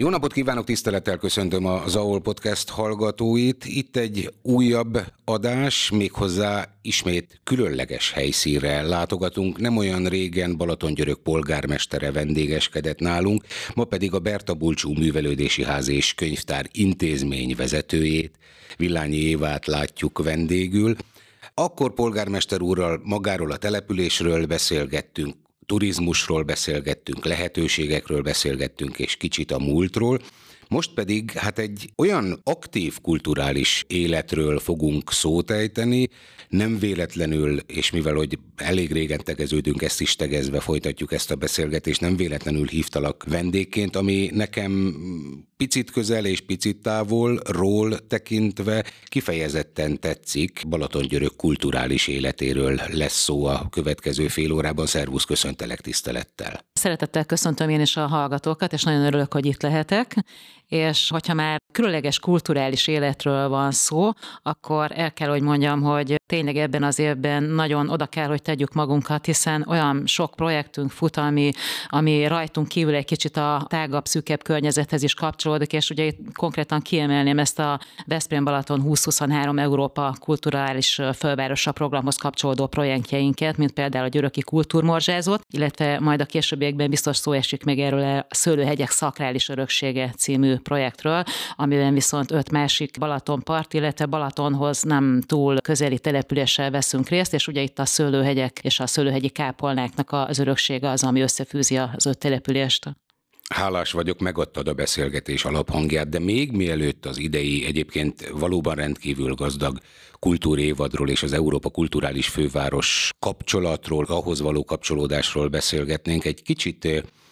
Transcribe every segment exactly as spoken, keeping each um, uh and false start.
Jó napot kívánok, tisztelettel köszöntöm a Zaol Podcast hallgatóit. Itt egy újabb adás, méghozzá ismét különleges helyszínre látogatunk. Nem olyan régen Balatongyörök polgármestere vendégeskedett nálunk, ma pedig a Berta Bulcsú Művelődési Ház és Könyvtár intézmény vezetőjét, Villányi Évát látjuk vendégül. Akkor polgármester úrral magáról a településről beszélgettünk, turizmusról beszélgettünk, lehetőségekről beszélgettünk, és kicsit a múltról. Most pedig hát egy olyan aktív kulturális életről fogunk szót ejteni, nem véletlenül, és mivel hogy elég régen tegeződünk, ezt is tegezve folytatjuk ezt a beszélgetést, nem véletlenül hívtalak vendégként, ami nekem picit közel és picit távolról tekintve kifejezetten tetszik. Balatongyörök kulturális életéről lesz szó a következő fél órában. Szervusz, köszöntelek tisztelettel. Szeretettel köszöntöm én is a hallgatókat, és nagyon örülök, hogy itt lehetek. És hogyha már különleges kulturális életről van szó, akkor el kell, hogy mondjam, hogy tényleg ebben az évben nagyon oda kell, hogy tegyük magunkat, hiszen olyan sok projektünk fut, ami, ami rajtunk kívül egy kicsit a tágabb, szűkebb környezethez is kapcsolódik, és ugye itt konkrétan kiemelném ezt a Veszprém Balaton húsz-huszonhárom Európa kulturális fővárosa programhoz kapcsolódó projektjeinket, mint például a Györöki Kultúrmorzsázót, illetve majd a későbbiekben biztos szó esik meg erről a Szőlőhegyek szakrális öröksége című projektről, amiben viszont öt másik Balatonpart, illetve Balatonhoz nem túl közeli településsel veszünk részt, és ugye itt a Szőlőhegyek és a szőlőhegyi kápolnáknak az öröksége az, ami összefűzi az öt települést. Hálás vagyok, megadtad a beszélgetés alaphangját, de még mielőtt az idei egyébként valóban rendkívül gazdag kultúrévadról és az Európa kulturális főváros kapcsolatról, ahhoz való kapcsolódásról beszélgetnénk, egy kicsit,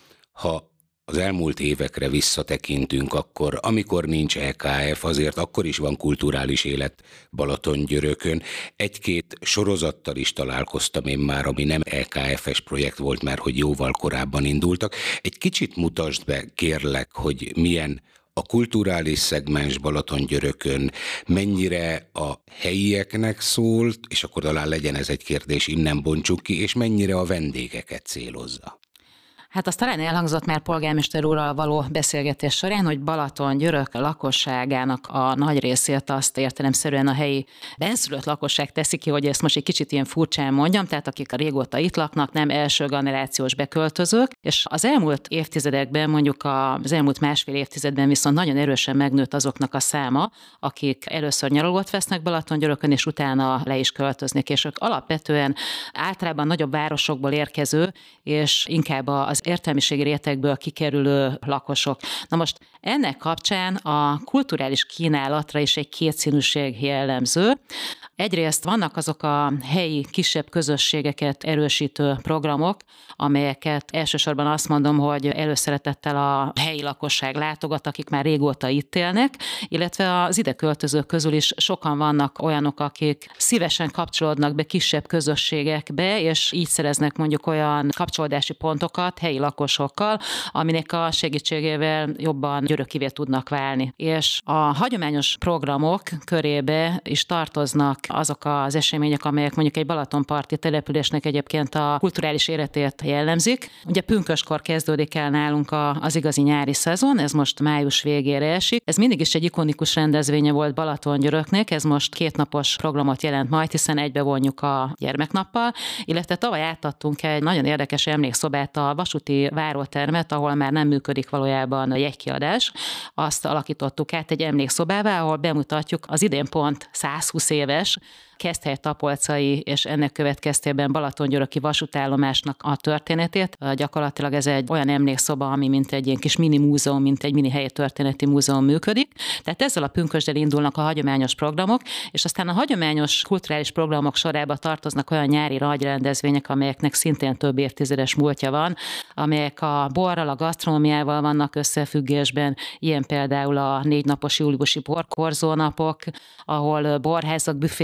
ha az elmúlt évekre visszatekintünk, akkor amikor nincs é ká ef, azért akkor is van kulturális élet Balatongyörökön. Egy-két sorozattal is találkoztam én már, ami nem é ká ef-es projekt volt, mert hogy jóval korábban indultak. Egy kicsit mutasd be, kérlek, hogy milyen a kulturális szegmens Balatongyörökön, mennyire a helyieknek szólt, és akkor talán legyen ez egy kérdés, innen bontsuk ki, és mennyire a vendégeket célozza. Hát azt talán elhangzott már polgármester úrral való beszélgetés során, hogy Balatongyörök lakosságának a nagy részét azt értelemszerűen a helyi benszülött lakosság teszi ki, hogy ezt most egy kicsit ilyen furcsán mondjam, tehát akik a régóta itt laknak, nem első generációs beköltözők, és az elmúlt évtizedekben, mondjuk az elmúlt másfél évtizedben viszont nagyon erősen megnőtt azoknak a száma, akik először nyaralót vesznek Balatongyörökön, és utána le is költöznek, és ők alapvetően általában nagyobb városokból érkező, és inkább az értelmiségi rétegből kikerülő lakosok. Na most ennek kapcsán a kulturális kínálatra is egy kétszínűség jellemző. Egyrészt vannak azok a helyi kisebb közösségeket erősítő programok, amelyeket elsősorban azt mondom, hogy előszeretettel a helyi lakosság látogat, akik már régóta itt élnek, illetve az ide költözők közül is sokan vannak olyanok, akik szívesen kapcsolódnak be kisebb közösségekbe, és így szereznek mondjuk olyan kapcsolódási pontokat helyi lakosokkal, aminek a segítségével jobban györökivé tudnak válni. És a hagyományos programok körébe is tartoznak azok az események, amelyek mondjuk egy balatonparti településnek egyébként a kulturális életét jellemzik. Ugye pünköstkor kezdődik el nálunk az igazi nyári szezon, ez most május végére esik. Ez mindig is egy ikonikus rendezvénye volt Balatongyöröknek, ez most kétnapos programot jelent majd, hiszen egybevonjuk a gyermeknappal, illetve tavaly átadtunk egy nagyon érdekes emlékszobát, a vasúti várótermet, ahol már nem működik valójában a jegykiadás. Azt alakítottuk át egy emlékszobává, ahol bemutatjuk az idén pont százhúsz éves Keszthely-Tapolcai és ennek következtében Balatongyöröki vasútállomásnak a történetét. Gyakorlatilag ez egy olyan emlékszoba, ami mint egy ilyen kis mini múzeum, mint egy mini helyi történeti múzeum működik. Tehát ezzel a pünkösddel indulnak a hagyományos programok, és aztán a hagyományos kulturális programok sorába tartoznak olyan nyári nagyrendezvények, amelyeknek szintén több évtizedes múltja van, amelyek a borral, a gasztronómiával vannak összefüggésben, ilyen például a négy napos júliusi borkorzónapok, ahol borházak, büfék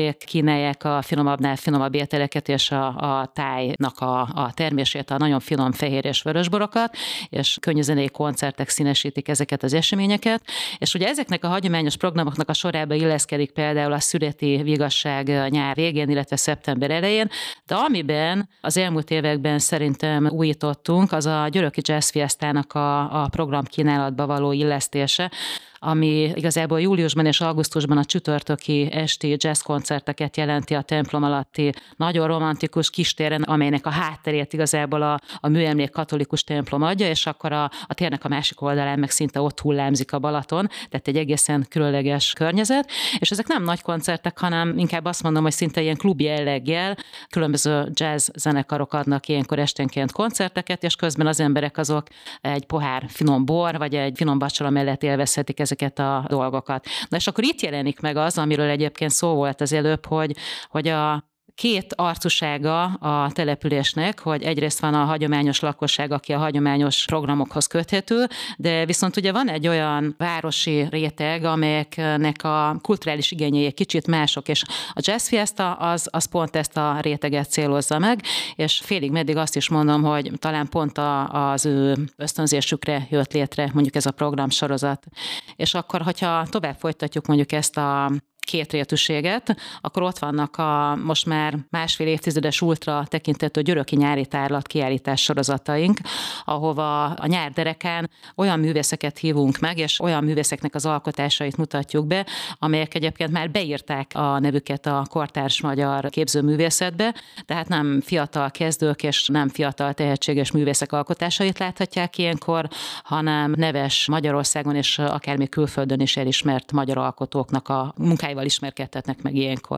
kínálják a finomabbnál finomabb ételeket és a, a tájnak a, a termését, a nagyon finom fehér és vörösborokat, és könnyű zenei koncertek színesítik ezeket az eseményeket. És ugye ezeknek a hagyományos programoknak a sorába illeszkedik például a Szüreti Vigasság nyár végén, illetve szeptember elején, de amiben az elmúlt években szerintem újítottunk, az a Györöki Jazz Fiestának a, a programkínálatba való illesztése, ami igazából júliusban és augusztusban a csütörtöki esti jazzkoncerteket jelenti a templom alatti nagyon romantikus kistéren, amelynek a hátterét igazából a, a műemlék katolikus templom adja, és akkor a, a térnek a másik oldalán meg szinte ott hullámzik a Balaton, tehát egy egészen különleges környezet, és ezek nem nagy koncertek, hanem inkább azt mondom, hogy szinte ilyen klub jelleggel különböző jazz zenekarok adnak ilyenkor esténként koncerteket, és közben az emberek azok egy pohár finom bor, vagy egy finom vacsora mellett élvezhetik ezeket a dolgokat. Na és akkor itt jelenik meg az, amiről egyébként szó volt az előbb, hogy, hogy a két arcúsága a településnek, hogy egyrészt van a hagyományos lakosság, aki a hagyományos programokhoz köthető, de viszont ugye van egy olyan városi réteg, amelyeknek a kulturális igényei egy kicsit mások, és a Jazz Fiesta az, az pont ezt a réteget célozza meg, és félig meddig azt is mondom, hogy talán pont a, az ő ösztönzésükre jött létre mondjuk ez a programsorozat. És akkor, hogyha tovább folytatjuk mondjuk ezt a kétrétűséget, akkor ott vannak a most már másfél évtizedes ultra tekintető györöki nyári tárlat kiállítás sorozataink, ahova a nyár derekán olyan művészeket hívunk meg, és olyan művészeknek az alkotásait mutatjuk be, amelyek egyébként már beírták a nevüket a kortárs magyar képzőművészetbe, tehát nem fiatal kezdők és nem fiatal tehetséges művészek alkotásait láthatják ilyenkor, hanem neves Magyarországon és akár még külföldön is elismert magyar alkotóknak a munkáival ismerkedtetnek meg ilyenkor.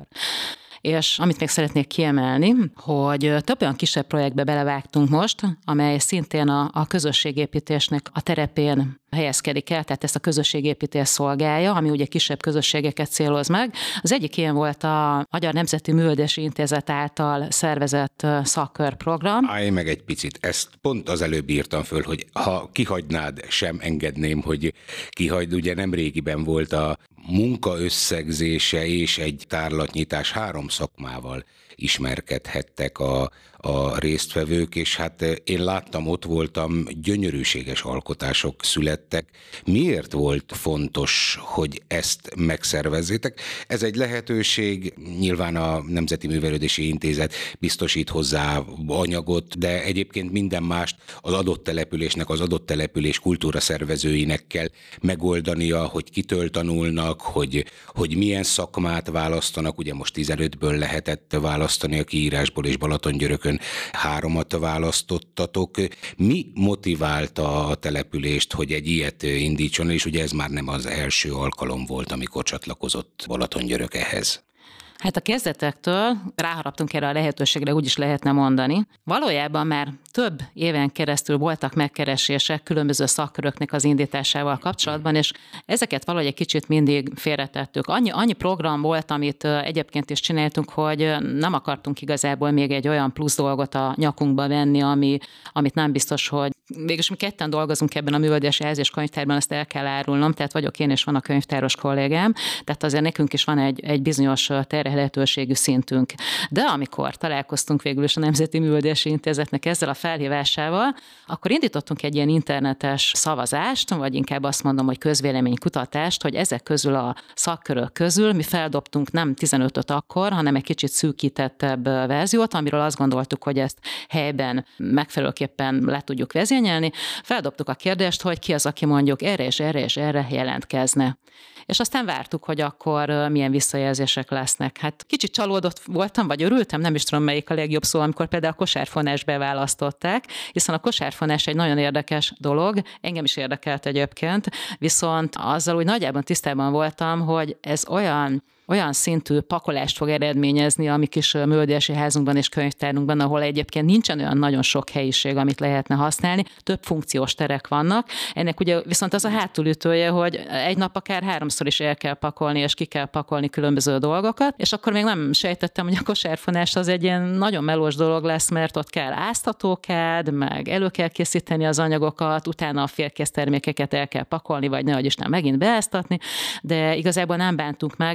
És amit még szeretnék kiemelni, hogy több olyan kisebb projektbe belevágtunk most, amely szintén a, a közösségépítésnek a terepén helyezkedik el, tehát ezt a közösségépítés szolgálja, ami ugye kisebb közösségeket céloz meg. Az egyik ilyen volt a Magyar Nemzeti Művelődési Intézet által szervezett szakkörprogram. Állj meg egy picit, ezt pont az előbb írtam föl, hogy ha kihagynád, sem engedném, hogy kihagyd. Ugye nem régiben volt a munka összegzése és egy tárlatnyitás, három szakmával ismerkedhettek a, a résztvevők, és hát én láttam, ott voltam, gyönyörűséges alkotások születtek. Miért volt fontos, hogy ezt megszervezzétek? Ez egy lehetőség, nyilván a Nemzeti Művelődési Intézet biztosít hozzá anyagot, de egyébként minden mást az adott településnek, az adott település kultúra szervezőinek kell megoldania, hogy kitől tanulnak, hogy, hogy milyen szakmát választanak. Ugye most tizenötből lehetett választani a kiírásból, és Balatongyörökön háromat választottatok. Mi motiválta a települést, hogy egy ilyet indítson, és ugye ez már nem az első alkalom volt, amikor csatlakozott Balatongyörök ehhez? Hát a kezdetektől ráharaptunk erre a lehetőségre, úgy is lehetne mondani. Valójában már több éven keresztül voltak megkeresések különböző szakköröknek az indításával kapcsolatban, és ezeket valahogy egy kicsit mindig félretettük. Annyi, annyi program volt, amit egyébként is csináltunk, hogy nem akartunk igazából még egy olyan plusz dolgot a nyakunkba venni, ami, amit nem biztos, hogy végülis mi ketten dolgozunk ebben a művelődési ház és könyvtárban, ezt el kell árulnom, tehát vagyok én és van a könyvtáros kollégám, tehát azért nekünk is van egy, egy bizonyos terhelhetőségű szintünk. De amikor találkoztunk végül is a Nemzeti Művelődési Intézetnek ezzel a felhívásával, akkor indítottunk egy ilyen internetes szavazást, vagy inkább azt mondom, hogy közvéleménykutatást, hogy ezek közül a szakkörök közül mi feldobtunk nem tizenötöt akkor, hanem egy kicsit szűkítettebb verziót, amiről azt gondoltuk, hogy ezt helyben megfelelőképpen le tudjuk vezényelni. Feldobtuk a kérdést, hogy ki az, aki mondjuk erre és erre és erre jelentkezne. És aztán vártuk, hogy akkor milyen visszajelzések lesznek. Hát kicsit csalódott voltam, vagy örültem, nem is tudom, melyik a legjobb szó, amikor például a kosárfonást beválasztották, hiszen a kosárfonás egy nagyon érdekes dolog, engem is érdekelt egyébként, viszont azzal úgy nagyjából tisztában voltam, hogy ez olyan olyan szintű pakolást fog eredményezni a mi kis művelődési házunkban és könyvtárunkban, ahol egyébként nincsen olyan nagyon sok helyiség, amit lehetne használni, több funkciós terek vannak. Ennek ugye viszont az a hátulütője, hogy egy nap akár háromszor is el kell pakolni, és ki kell pakolni különböző dolgokat, és akkor még nem sejtettem, hogy a kosárfonás az egy ilyen nagyon melós dolog lesz, mert ott kell áztatókád, meg elő kell készíteni az anyagokat, utána a félkész termékeket el kell pakolni, vagy nehogy is nem megint beáztatni, de igazából nem bántunk meg.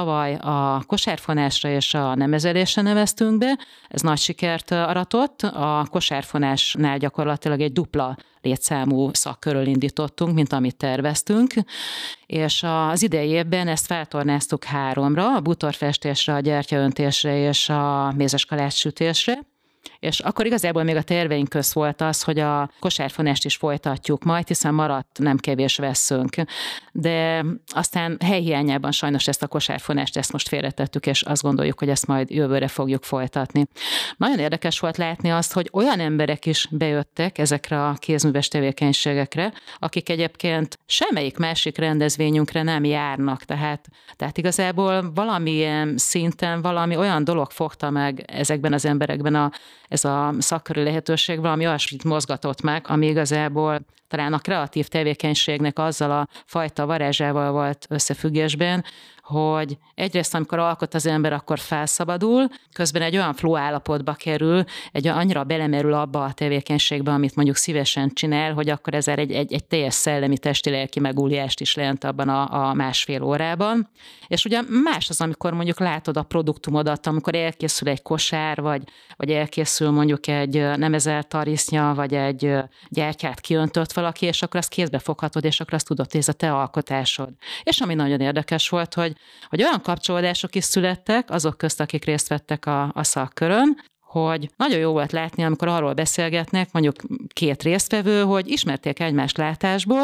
tavaly a kosárfonásra és a nemezelésre neveztünk be, ez nagy sikert aratott, a kosárfonásnál gyakorlatilag egy dupla létszámú szakkörről indítottunk, mint amit terveztünk, és az idei évben ezt feltornáztuk háromra, a bútorfestésre, a gyertyaöntésre és a mézeskalácssütésre, és akkor igazából még a terveink közt volt az, hogy a kosárfonást is folytatjuk majd, hiszen maradt nem kevés vesszőnk. De aztán helyhiányában sajnos ezt a kosárfonást ezt most félretettük, és azt gondoljuk, hogy ezt majd jövőre fogjuk folytatni. Nagyon érdekes volt látni azt, hogy olyan emberek is bejöttek ezekre a kézműves tevékenységekre, akik egyébként semmelyik másik rendezvényünkre nem járnak. Tehát, tehát igazából valamilyen szinten valami olyan dolog fogta meg ezekben az emberekben a ez a szakköri lehetőség valami olyasmit mozgatott meg, ami igazából talán a kreatív tevékenységnek azzal a fajta varázsával volt összefüggésben, hogy egyrészt, amikor alkot az ember, akkor felszabadul, közben egy olyan flow állapotba kerül, egy annyira belemerül abba a tevékenységbe, amit mondjuk szívesen csinál, hogy akkor ez egy, egy, egy teljes szellemi, testi, lelki megújulást is jelent abban a, a másfél órában. És ugye más az, amikor mondjuk látod a produktumodat, amikor elkészül egy kosár, vagy, vagy elkészül mondjuk egy nemezelt tarisznya, vagy egy gyertyát kiöntött valaki, és akkor azt kézbe foghatod, és akkor azt tudod, hogy ez a te alkotásod. És ami nagyon érdekes volt, hogy hogy olyan kapcsolódások is születtek azok közt, akik részt vettek a, a szakkörön, hogy nagyon jó volt látni, amikor arról beszélgetnek, mondjuk két résztvevő, hogy ismerték egymást látásból,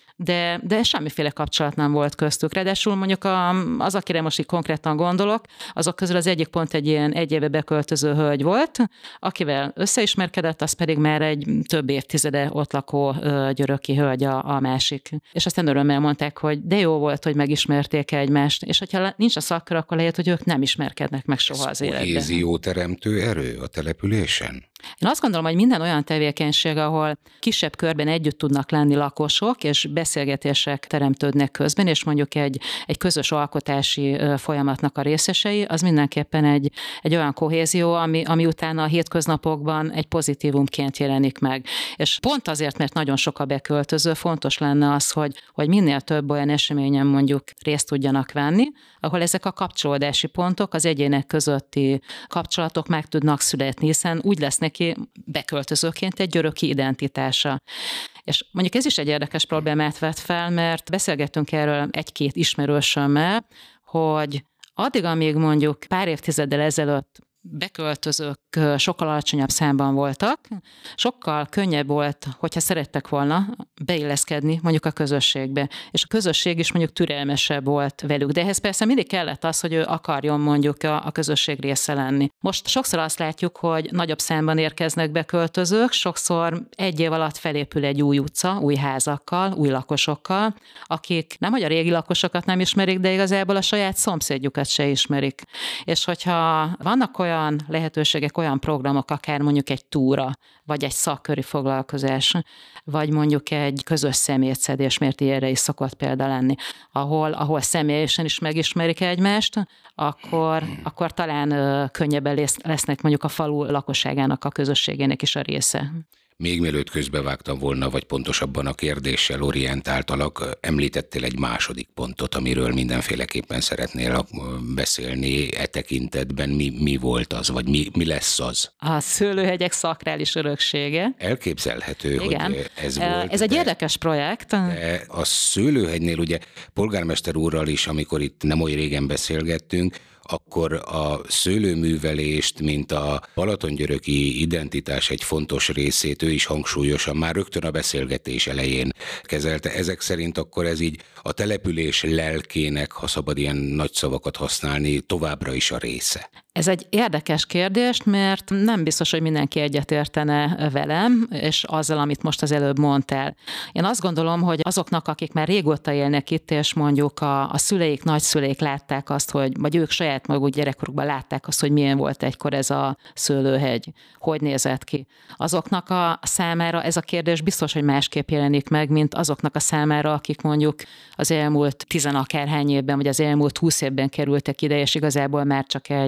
de, de semmiféle kapcsolat nem volt köztük. Ráadásul mondjuk a, az, akire most így konkrétan gondolok, azok közül az egyik pont egy ilyen egy éve beköltöző hölgy volt, akivel összeismerkedett, az pedig már egy több évtizede ott lakó györöki hölgy a, a másik. És aztán örömmel mondták, hogy de jó volt, hogy megismerték egymást, és hogyha nincs a szakkör, akkor lehet, hogy ők nem ismerkednek meg soha Ez az életben. kohézióteremtő erő a településen? Én azt gondolom, hogy minden olyan tevékenység, ahol kisebb körben együtt tudnak lenni lakosok, és beszélgetések teremtődnek közben, és mondjuk egy, egy közös alkotási folyamatnak a részesei, az mindenképpen egy, egy olyan kohézió, ami, ami utána a hétköznapokban egy pozitívumként jelenik meg. És pont azért, mert nagyon sok a beköltöző, fontos lenne az, hogy, hogy minél több olyan eseményen mondjuk részt tudjanak venni, ahol ezek a kapcsolódási pontok, az egyének közötti kapcsolatok meg tudnak születni, hiszen úgy lesz neki beköltözőként egy öröki identitása. És mondjuk ez is egy érdekes problémát vet fel, mert beszélgettünk erről egy-két ismerősömmel, hogy addig, amíg mondjuk pár évtizeddel ezelőtt beköltözők sokkal alacsonyabb számban voltak, sokkal könnyebb volt, hogyha szerettek volna beilleszkedni mondjuk a közösségbe, és a közösség is mondjuk türelmesebb volt velük. De ehhez persze mindig kellett az, hogy ő akarjon mondjuk a, a közösség része lenni. Most sokszor azt látjuk, hogy nagyobb számban érkeznek beköltözők, sokszor egy év alatt felépül egy új utca, új házakkal, új lakosokkal, akik nem, hogy a régi lakosokat nem ismerik, de igazából a saját szomszédjukat se ismerik. És hogyha vannak olyan lehetőségek, olyan programok, akár mondjuk egy túra, vagy egy szakköri foglalkozás, vagy mondjuk egy közös szemétszedés, mert ilyenre is szokott példa lenni, ahol, ahol személyesen is megismerik egymást, akkor, akkor talán könnyebben lesznek mondjuk a falu lakosságának, a közösségének is a része. Még mielőtt közbevágtam volna, vagy pontosabban a kérdéssel orientáltalak, említettél egy második pontot, amiről mindenféleképpen szeretnél beszélni e tekintetben. Mi, mi volt az, vagy mi, mi lesz az? A szőlőhegyek szakrális öröksége. Elképzelhető, igen, hogy ez volt. Ez egy de, érdekes projekt. De a szőlőhegynél ugye polgármester úrral is, amikor itt nem oly régen beszélgettünk, akkor a szőlőművelést, mint a balatongyöröki identitás egy fontos részét ő is hangsúlyosan már rögtön a beszélgetés elején kezelte. Ezek szerint akkor ez így a település lelkének, ha szabad ilyen nagy szavakat használni, továbbra is a része. Ez egy érdekes kérdés, mert nem biztos, hogy mindenki egyetértene velem, és azzal, amit most az előbb mondtál. Én azt gondolom, hogy azoknak, akik már régóta élnek itt, és mondjuk a, a szüleik, nagyszüleik látták azt, hogy, vagy ők saját maguk gyerekkorukban látták azt, hogy milyen volt egykor ez a szőlőhegy, hogy nézett ki. Azoknak a számára ez a kérdés biztos, hogy másképp jelenik meg, mint azoknak a számára, akik mondjuk az elmúlt tizenakárhány évben, vagy az elmúlt húsz évben kerültek ide, és igazából már csak egy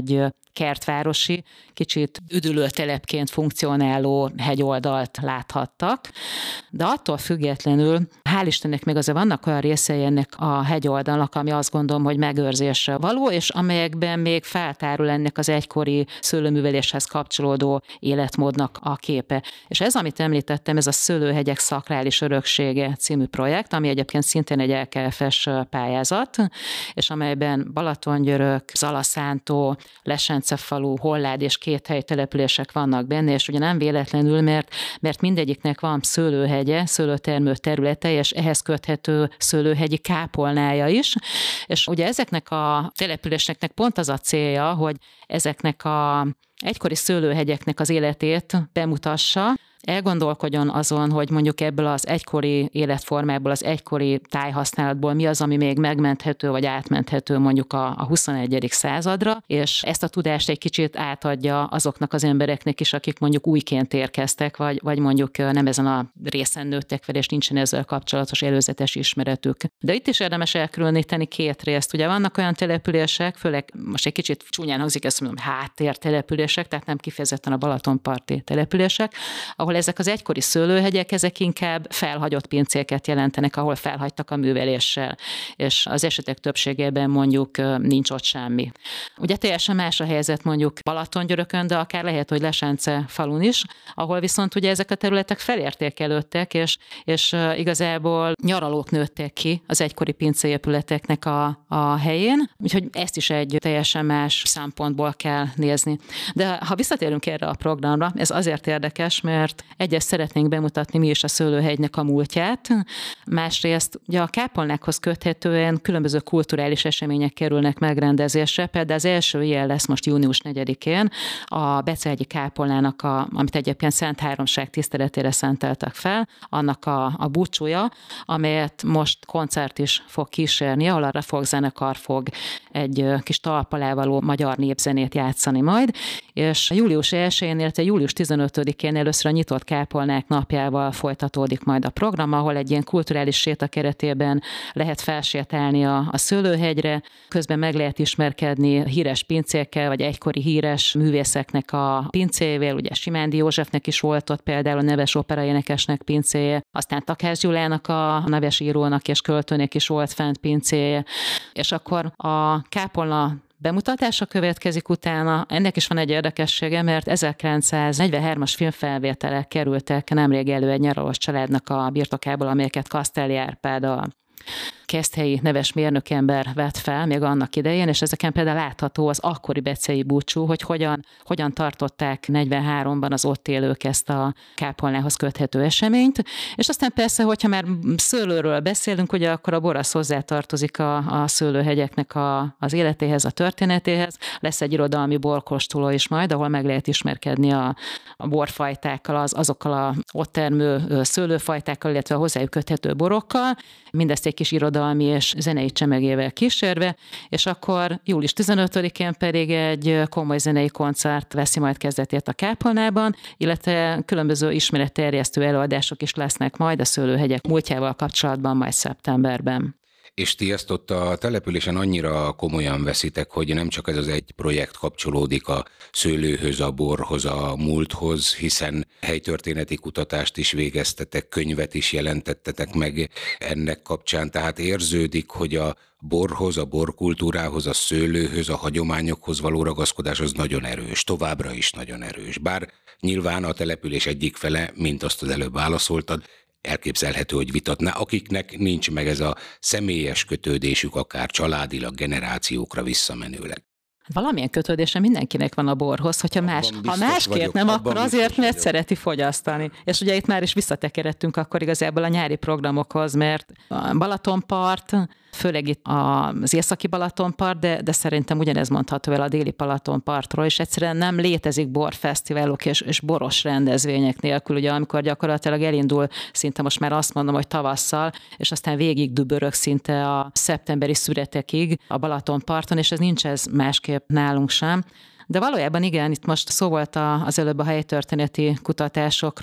kertvárosi, kicsit üdülőtelepként funkcionáló hegyoldalt láthattak. De attól függetlenül, hál' Istennek még azért vannak olyan részei ennek a hegyoldalnak, ami azt gondolom, hogy megőrzésre való, és amelyekben még feltárul ennek az egykori szőlőműveléshez kapcsolódó életmódnak a képe. És ez, amit említettem, ez a Szőlőhegyek szakrális öröksége című projekt, ami egyébként szintén egy el ká ef es pályázat, és amelyben Balatongyörök, Zalaszántó, Lesencefalu, Hollád és két helyi települések vannak benne, és ugye nem véletlenül, mert, mert mindegyiknek van szőlőhegye, szőlőtermő területe, és ehhez köthető szőlőhegyi kápolnája is. És ugye ezeknek a településeknek pont az a célja, hogy ezeknek a egykori szőlőhegyeknek az életét bemutassa, elgondolkodjon azon, hogy mondjuk ebből az egykori életformából, az egykori tájhasználatból mi az, ami még megmenthető, vagy átmenthető mondjuk a, a huszonegyedik századra, és ezt a tudást egy kicsit átadja azoknak az embereknek is, akik mondjuk újként érkeztek, vagy, vagy mondjuk nem ezen a részen nőttek fel, és nincsen ezzel kapcsolatos előzetes ismeretük. De itt is érdemes elkülöníteni két részt. Ugye vannak olyan települések, főleg most egy kicsit csúnyán hangzik, ezt mondom, háttértelepülések, tehát nem kifejezetten a Balatonparti települések, ahol ezek az egykori szőlőhegyek, ezek inkább felhagyott pincéket jelentenek, ahol felhagytak a műveléssel, és az esetek többségében mondjuk nincs ott semmi. Ugye teljesen más a helyzet mondjuk Balatongyörökön, de akár lehet, hogy Lesence falun is, ahol viszont ugye ezek a területek felértékelődtek, és, és igazából nyaralók nőttek ki az egykori pinceépületeknek a, a helyén, úgyhogy ezt is egy teljesen más szempontból kell nézni. De ha visszatérünk erre a programra, ez azért érdekes, mert egyrészt szeretnénk bemutatni mi is a Szőlőhegynek a múltját, másrészt ugye a kápolnákhoz köthetően különböző kulturális események kerülnek megrendezésre, például az első ilyen lesz most június negyedikén a Becelgyi kápolnának, a, amit egyébként Szent Háromság tiszteletére szenteltek fel, annak a, a búcsúja, amelyet most koncert is fog kísérni, ahol a Reforg zenekar fog egy kis talp alá való magyar népzenét játszani majd, és július elsején, illetve július tizenötödikén először a nyitott kápolnák napjával folytatódik majd a program, ahol egy ilyen kulturális séta keretében lehet felsétálni a, a Szőlőhegyre, közben meg lehet ismerkedni híres pincékkel, vagy egykori híres művészeknek a pincéjével, ugye Simándi Józsefnek is volt ott például a neves operaénekesnek pincéje, aztán Takács Gyulának a neves írónak és költőnek is volt fent pincéje, és akkor a kápolna bemutatása következik utána. Ennek is van egy érdekessége, mert ezerkilencszáznegyvenhármas filmfelvételek kerültek nemrég elő egy nyaralós családnak a birtokából, amelyeket Kasztelyi Árpád, a keszthelyi neves mérnökember vett fel még annak idején, és ezeken például látható az akkori becelgyi búcsú, hogy hogyan, hogyan tartották negyvenháromban az ott élők ezt a kápolnához köthető eseményt. És aztán persze, hogyha már szőlőről beszélünk, ugye akkor a bor az hozzátartozik a, a szőlőhegyeknek a, az életéhez, a történetéhez. Lesz egy irodalmi borkóstoló is majd, ahol meg lehet ismerkedni a, a borfajtákkal, az, azokkal a ott termő szőlőfajtákkal, illetve a hozzájuk köthető borokkal. Mindezt egy kis irodalmi és zenei csemegével kísérve, és akkor július tizenötödikén pedig egy komoly zenei koncert veszi majd kezdetét a kápolnában, illetve különböző ismeretterjesztő előadások is lesznek majd a Szőlőhegyek múltjával kapcsolatban majd szeptemberben. És ti ezt ott a településen annyira komolyan veszitek, hogy nem csak ez az egy projekt kapcsolódik a szőlőhöz, a borhoz, a múlthoz, hiszen helytörténeti kutatást is végeztetek, könyvet is jelentettetek meg ennek kapcsán, tehát érződik, hogy a borhoz, a borkultúrához, a szőlőhöz, a hagyományokhoz való ragaszkodás az nagyon erős, továbbra is nagyon erős. Bár nyilván a település egyik fele, mint azt az előbb válaszoltad, elképzelhető, hogy vitatná, akiknek nincs meg ez a személyes kötődésük, akár családilag, generációkra visszamenőleg. Valamilyen kötődése mindenkinek van a borhoz, hogyha más, ha másképp vagyok, nem, akkor azért, mert vagyok. Szereti fogyasztani. És ugye itt már is visszatekeredtünk akkor igazából a nyári programokhoz, mert a Balatonpart, főleg itt az északi Balatonpart, de, de szerintem ugyanez mondható el a déli Balatonpartról, és egyszerűen nem létezik borfesztiválok és, és boros rendezvények nélkül, ugye amikor gyakorlatilag elindul szinte most már azt mondom, hogy tavasszal, és aztán végig dübörög szinte a szeptemberi szüretekig a Balatonparton, és ez nincs ez másképp nálunk sem. De valójában igen, itt most szó volt az előbb a helytörténeti kutatásokról,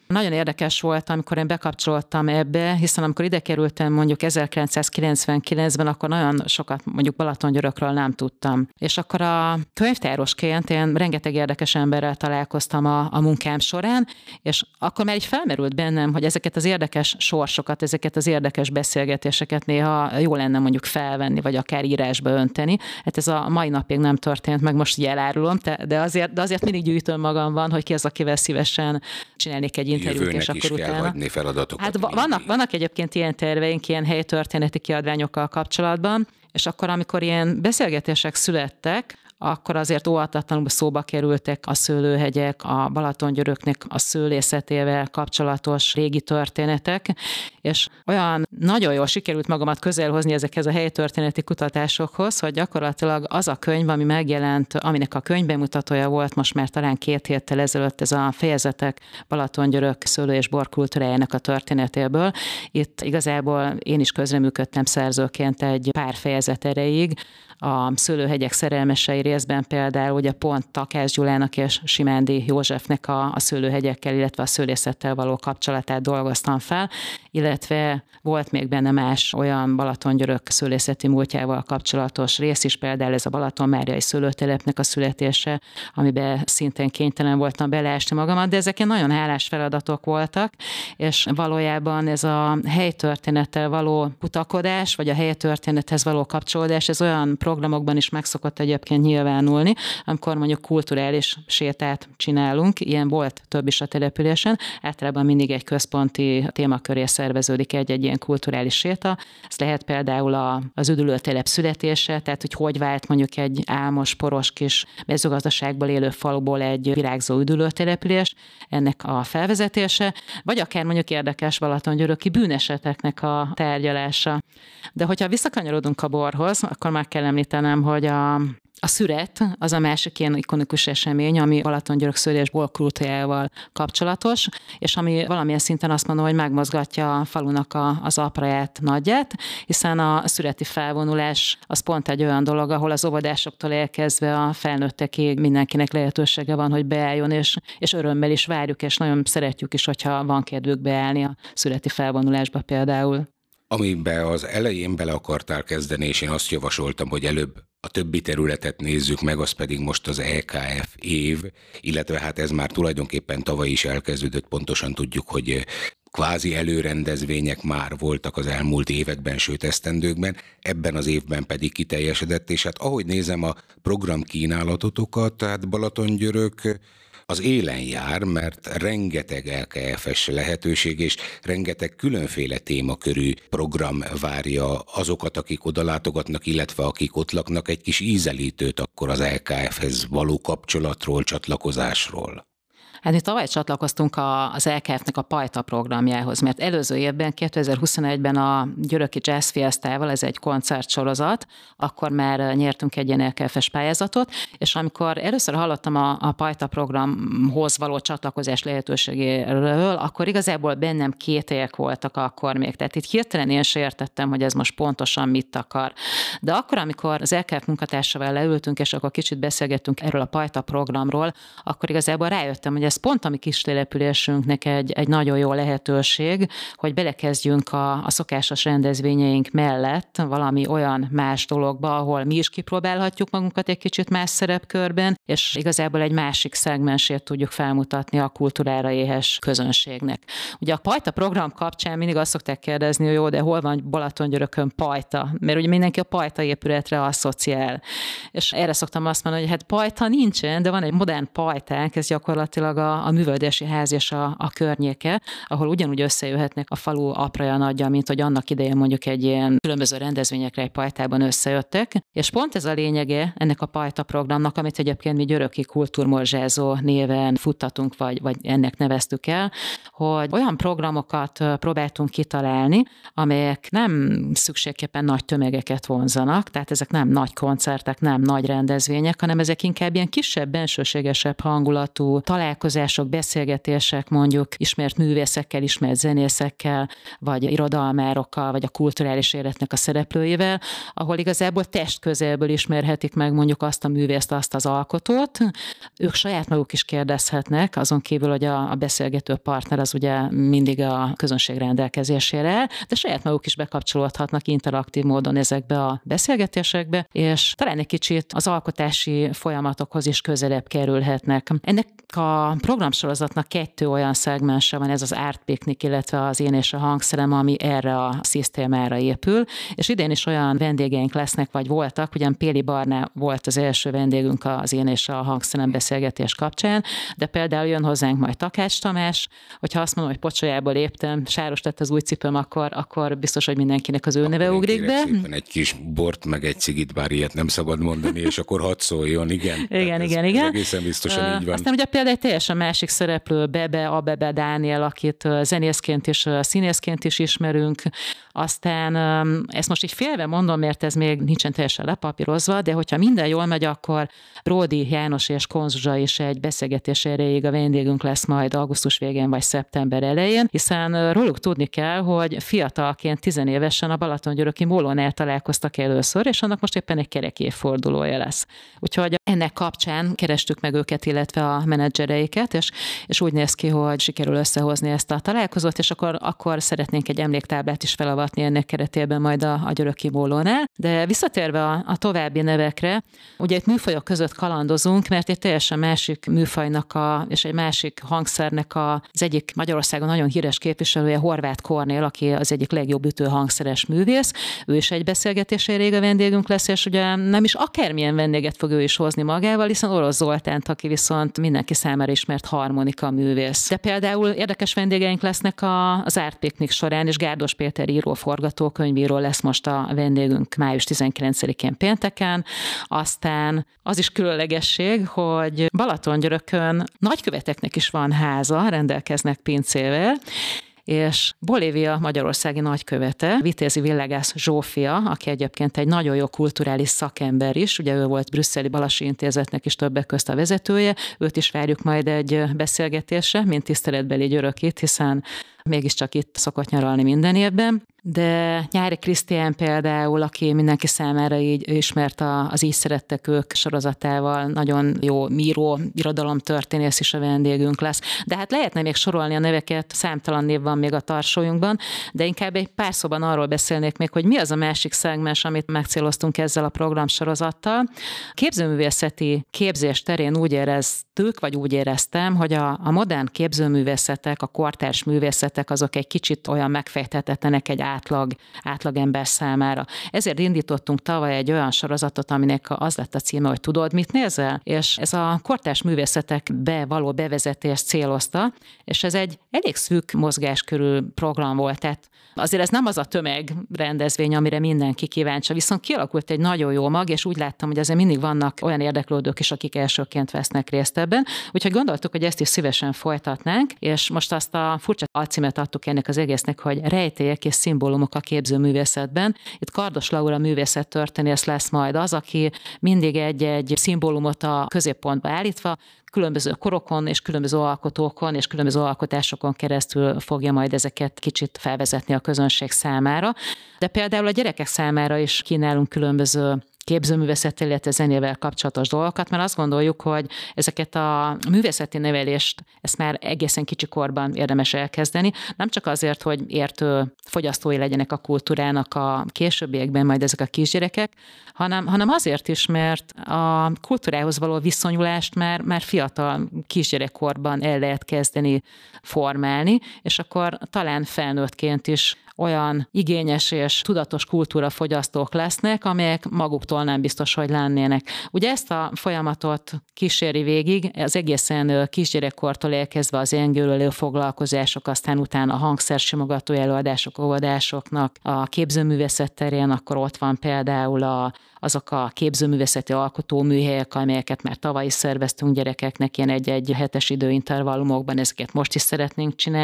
Nagyon érdekes volt, amikor én bekapcsoltam ebbe, hiszen amikor ide kerültem mondjuk ezerkilencszázkilencvenkilencben, akkor nagyon sokat mondjuk Balatongyörökről nem tudtam. És akkor a könyvtárosként én rengeteg érdekes emberrel találkoztam a, a munkám során, és akkor már így felmerült bennem, hogy ezeket az érdekes sorsokat, ezeket az érdekes beszélgetéseket néha jó lenne mondjuk felvenni, vagy akár írásba önteni. Hát ez a mai napig nem történt meg, most így elárulom, de azért, de azért mindig gyűjtöm magamban, hogy ki az, akivel szívesen csinálnék egy interjút, és akkor utána. Kell hagyni feladatokat. Hát vannak, vannak egyébként ilyen terveink, ilyen helytörténeti kiadványokkal kapcsolatban, és akkor, amikor ilyen beszélgetések születtek, akkor azért óvatatlanul szóba kerültek a szőlőhegyek, a Balatongyöröknek a szőlészetével kapcsolatos régi történetek, és olyan nagyon jól sikerült magamat közelhozni ezekhez a helytörténeti kutatásokhoz, hogy gyakorlatilag az a könyv, ami megjelent, aminek a könyvbemutatója volt most már talán két héttel ezelőtt, ez a fejezetek Balatongyörök szőlő- és borkultúrájának a történetéből. Itt igazából én is közreműködtem szerzőként egy pár fejezet erejéig, a szőlőhegyek szerelmesei részben például ugye pont Takács Gyulának és Simándi Józsefnek a, a szőlőhegyekkel, illetve a szőlészettel való kapcsolatát dolgoztam fel, illetve volt még benne más olyan Balatongyörök szőlészeti múltjával kapcsolatos rész is, például ez a Balatonmáriai szőlőtelepnek a születése, amiben szintén kénytelen voltam beleásni magamat, de ezek nagyon hálás feladatok voltak, és valójában ez a helytörténettel való kutakodás, vagy a helytörténethez való kapcsolódás, ez olyan programokban is meg szokott egyébként nyilvánulni, amikor mondjuk kulturális sétát csinálunk, ilyen volt több is a településen, általában mindig egy központi témaköré szerveződik egy-egy ilyen kulturális séta. Ez lehet például a, az üdülőtelep születése, tehát hogy hogy vált mondjuk egy álmos, poros kis mezőgazdaságból élő faluból egy virágzó üdülőtelepülés, ennek a felvezetése, vagy akár mondjuk érdekes balatongyöröki bűneseteknek a tárgyalása. De hogyha visszakanyarodunk a borhoz, akkor már kell említenem, hogy a A szüret az a másik ilyen ikonikus esemény, ami Balatongyörök szőlő- és borkultúrájával kapcsolatos, és ami valamilyen szinten azt mondom, hogy megmozgatja a falunak a, az apraját, nagyját, hiszen a szüreti felvonulás az pont egy olyan dolog, ahol az óvodásoktól elkezdve a felnőttekig mindenkinek lehetősége van, hogy beálljon, és, és örömmel is várjuk, és nagyon szeretjük is, hogyha van kedvük beállni a szüreti felvonulásba például. Amiben az elején bele akartál kezdeni, és én azt javasoltam, hogy előbb a többi területet nézzük meg, az pedig most az é ká ef év, illetve hát ez már tulajdonképpen tavaly is elkezdődött, pontosan tudjuk, hogy kvázi előrendezvények már voltak az elmúlt években, sőt esztendőkben, ebben az évben pedig kiteljesedett, és hát ahogy nézem a programkínálatotokat, tehát Balatongyörök az élen jár, mert rengeteg é ká ef-es lehetőség és rengeteg különféle témakörű program várja azokat, akik oda látogatnak, illetve akik ott laknak, egy kis ízelítőt akkor az é ká ef-hez való kapcsolatról, csatlakozásról. Hát mi tavaly csatlakoztunk a, az é ká ef-nek a Pajta programjához, mert előző évben, kétezer-huszonegyben a Györöki Jazz Fiestával, ez egy koncertsorozat, akkor már nyertünk egy ilyen é ká ef-es pályázatot, és amikor először hallottam a, a Pajta programhoz való csatlakozás lehetőségéről, akkor igazából bennem kételyek voltak akkor még. Tehát itt hirtelen én sem értettem, hogy ez most pontosan mit akar. De akkor, amikor az é ká ef munkatársával leültünk, és akkor kicsit beszélgettünk erről a Pajta programról, akkor igazából rájöttem, hogy ez pont a mi kis településünknek egy, egy nagyon jó lehetőség, hogy belekezdjünk a, a szokásos rendezvényeink mellett valami olyan más dologba, ahol mi is kipróbálhatjuk magunkat egy kicsit más szerepkörben, és igazából egy másik szegmensét tudjuk felmutatni a kultúrára éhes közönségnek. Ugye a Pajta program kapcsán mindig azt szokták kérdezni, hogy jó, de hol van Balatongyörökön Pajta? Mert ugye mindenki a Pajta épületre asszociál. És erre szoktam azt mondani, hogy hát Pajta nincsen, de van egy modern pajtánk, ez gyakorlatilag a, a művöldési ház és a, a környéke, ahol ugyanúgy összejöhetnek a falu apraja nagyja, mint hogy annak idején mondjuk egy ilyen különböző rendezvényekre egy pajtában összejöttek. És pont ez a lényege ennek a Pajta programnak, amit egyébként mi Györöki Kultúrmorzsázó néven futtatunk, vagy, vagy ennek neveztük el, hogy olyan programokat próbáltunk kitalálni, amelyek nem szükségképpen nagy tömegeket vonzanak, tehát ezek nem nagy koncertek, nem nagy rendezvények, hanem ezek inkább ilyen kisebb, bensőségesebb hangulatú találkozások, találkozások, beszélgetések mondjuk ismert művészekkel, ismert zenészekkel, vagy irodalmárokkal, vagy a kulturális életnek a szereplőivel, ahol igazából testközelből ismerhetik meg mondjuk azt a művészt, azt az alkotót. Ők saját maguk is kérdezhetnek, azon kívül, hogy a, a beszélgető partner az ugye mindig a közönség rendelkezésére, de saját maguk is bekapcsolódhatnak interaktív módon ezekbe a beszélgetésekbe, és talán egy kicsit az alkotási folyamatokhoz is közelebb kerülhetnek. Ennek a programsorozatnak kettő olyan szegmense van, ez az Art Picnic, illetve az Én és a hangszerem, ami erre a szisztémára épül, és idén is olyan vendégeink lesznek, vagy voltak, ugyan Péli Barna volt az első vendégünk az Én és a hangszerem beszélgetés kapcsán, de például jön hozzánk majd Takács Tamás, hogyha azt mondom, hogy pocsolyából léptem, sáros lett az új cipőm, akkor, akkor biztos, hogy mindenkinek az ő neve akkor ugrik be. Szépen egy kis bort, meg egy cigit, bár ilyet nem szabad mondani, és akkor hadd szóljon, igen. Igen, ez, igen, ez igen. Egészen biztosan uh, így van. Aztán ugye például egy teljesen másik szereplő, Bebe, Abebe Dániel, akit zenészként és színészként is ismerünk. Aztán ezt most így félve mondom, mert ez még nincsen teljesen lepapírozva, de hogyha minden jól megy, akkor Ródi János és Konzsuzsa is egy beszélgetés erejéig a vendégünk lesz majd augusztus végén vagy szeptember elején, hiszen róluk tudni kell, hogy fiatalként, tizenévesen a Balatongyöröki Mólónál találkoztak először, és annak most éppen egy kerek évfordulója lesz. Úgyhogy ennek kapcsán kerestük meg őket, illetve a menedzsereiket, és, és úgy néz ki, hogy sikerül összehozni ezt a találkozót, és akkor, akkor szeretnénk egy emléktáblát is felavatni ennek keretében majd a, a Györöki Mólónál. De visszatérve a, a további nevekre, ugye itt műfajok között kalandozunk, mert egy teljesen másik műfajnak a, és egy másik hangszernek a, az egyik Magyarországon nagyon híres képviselője, Horváth Kornél, aki az egyik legjobb ütőhangszeres művész. Ő is egy beszélgetésre rég a vendégünk lesz, és ugye nem is akármilyen vendéget fog ő is hozni magával, hiszen Orosz Zoltánt, aki viszont mindenki számára ismert harmonika művész. De például érdekes vendégeink lesznek a, az Art Picnic során, és Gárdos Péter író, forgatókönyvíró lesz most a vendégünk május tizenkilencedikén pénteken. Aztán az is különlegesség, hogy Balatongyörökön nagyköveteknek is van háza, rendelkeznek pincével, és Bolívia magyarországi nagykövete, Vitézi Villegas Zsófia, aki egyébként egy nagyon jó kulturális szakember is, ugye ő volt brüsszeli Balassi Intézetnek is többek közt a vezetője, őt is várjuk majd egy beszélgetésre, mint tiszteletbeli györökit, hiszen mégiscsak itt szokott nyaralni minden évben. De Nyári Krisztián például, aki mindenki számára így ismert az Így szerettek ők sorozatával, nagyon jó író, irodalomtörténész is a vendégünk lesz. De hát lehetne még sorolni a neveket, számtalan név van még a tarsójunkban, de inkább egy pár szóban arról beszélnék még, hogy mi az a másik szegmens, amit megcéloztunk ezzel a programsorozattal. Képzőművészeti képzés terén úgy éreztük, vagy úgy éreztem, hogy a, a modern képzőművészetek, a kortárs művészetek azok egy kicsit olyan megfejthetetlenek egy átlag, átlagember számára. Ezért indítottunk tavaly egy olyan sorozatot, aminek az lett a címe, hogy tudod, mit nézel? És ez a kortárs művészetekbe való bevezetés célozta, és ez egy elég szűk mozgáskörű program volt, tehát azért ez nem az a tömegrendezvény, amire mindenki kíváncsi, viszont kialakult egy nagyon jó mag, és úgy láttam, hogy azért mindig vannak olyan érdeklődők is, akik elsőként vesznek részt ebben, úgyhogy gondoltuk, hogy ezt is szívesen folytatnánk, és most azt a furcsa alcímet adtuk ennek az egésznek, hogy rejtélyek és szimbólumok a képzőművészetben. Itt Kardos Laura művészettörténész lesz majd az, aki mindig egy-egy szimbólumot a középpontba állítva, különböző korokon és különböző alkotókon és különböző alkotásokon keresztül fogja majd ezeket kicsit felvezetni a közönség számára. De például a gyerekek számára is kínálunk különböző képzőművészettel, illetve zenével kapcsolatos dolgokat, mert azt gondoljuk, hogy ezeket a művészeti nevelést, ezt már egészen kicsi korban érdemes elkezdeni, nem csak azért, hogy értő fogyasztói legyenek a kultúrának a későbbiekben majd ezek a kisgyerekek, hanem, hanem azért is, mert a kultúrához való viszonyulást már, már fiatal kisgyerekkorban el lehet kezdeni formálni, és akkor talán felnőttként is olyan igényes és tudatos kultúrafogyasztók lesznek, amelyek maguktól nem biztos, hogy lennének. Ugye ezt a folyamatot kíséri végig, az egészen kisgyerekkortól elkezdve az engőrölő foglalkozások, aztán utána a hangszersimogató előadások, óvodásoknak, a képzőművészet terén, akkor ott van például a azok a képzőművészeti alkotóműhelyek, amelyeket már tavaly is szerveztünk gyerekeknek ilyen egy-egy hetes időintervallumokban, ezeket most is szeretnénk csinálni,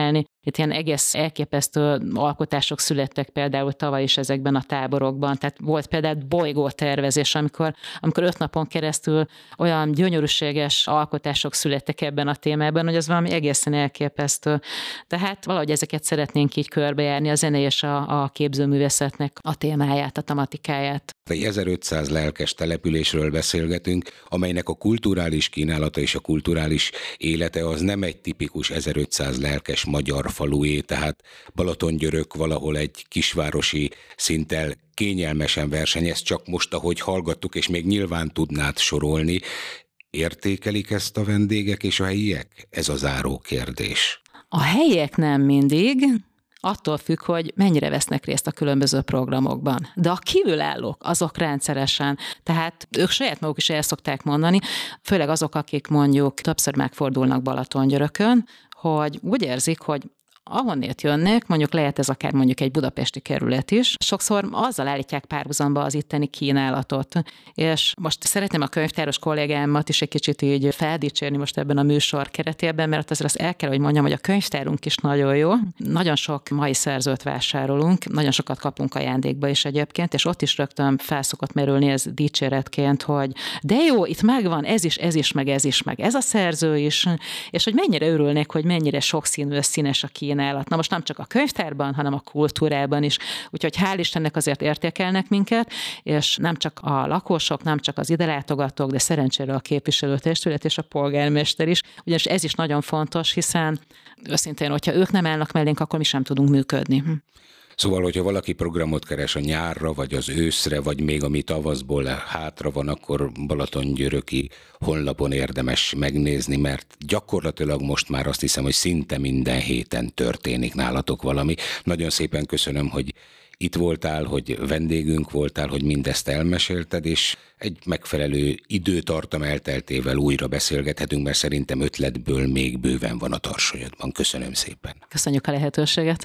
Itt ilyen egész elképesztő alkotások születtek például tavaly is ezekben a táborokban. Tehát volt például bolygótervezés, amikor, amikor öt napon keresztül olyan gyönyörűséges alkotások születtek ebben a témában, hogy az valami egészen elképesztő. Tehát valahogy ezeket szeretnénk így körbejárni, a zene és a, a képzőművészetnek a témáját, a tematikáját. Egy ezerötszáz lelkes településről beszélgetünk, amelynek a kulturális kínálata és a kulturális élete az nem egy tipikus ezerötszáz lelkes magyar falué, tehát Balatongyörök valahol egy kisvárosi szinttel kényelmesen versenyez, csak most, ahogy hallgattuk, és még nyilván tudnád sorolni. Értékelik ezt a vendégek és a helyiek? Ez a záró kérdés. A helyiek nem mindig, attól függ, hogy mennyire vesznek részt a különböző programokban. De a kívülállók, azok rendszeresen. Tehát ők saját maguk is el szokták mondani, főleg azok, akik mondjuk többször megfordulnak Balatongyörökön, hogy úgy érzik, hogy ahonnét jönnek, mondjuk lehet ez akár mondjuk egy budapesti kerület is, sokszor azzal állítják párhuzamba az itteni kínálatot. És most szeretném a könyvtáros kollégámat is egy kicsit így feldicsérni most ebben a műsor keretében, mert azért azt el kell, hogy mondjam, hogy a könyvtárunk is nagyon jó. Nagyon sok mai szerzőt vásárolunk, nagyon sokat kapunk ajándékba is egyébként, és ott is rögtön felszokott merülni ez dicséretként, hogy de jó, itt megvan, ez is, ez is, meg ez is, meg ez a szerző is, és hogy mennyire örülnék, hogy mennyire sokszínű, színes a kínálat. Na most nem csak a könyvtárban, hanem a kultúrában is. Úgyhogy hál' Istennek azért értékelnek minket, és nem csak a lakosok, nem csak az ide látogatók, de szerencsére a képviselőtestület és a polgármester is, ugyanis ez is nagyon fontos, hiszen őszintén, hogyha ők nem állnak mellénk, akkor mi sem tudunk működni. Szóval, hogyha valaki programot keres a nyárra, vagy az őszre, vagy még ami tavaszból hátra van, akkor Balatongyöröki honlapon érdemes megnézni, mert gyakorlatilag most már azt hiszem, hogy szinte minden héten történik nálatok valami. Nagyon szépen köszönöm, hogy itt voltál, hogy vendégünk voltál, hogy mindezt elmesélted, és egy megfelelő időtartam elteltével újra beszélgethetünk, mert szerintem ötletből még bőven van a tarsolyodban. Köszönöm szépen. Köszönjük a lehetőséget.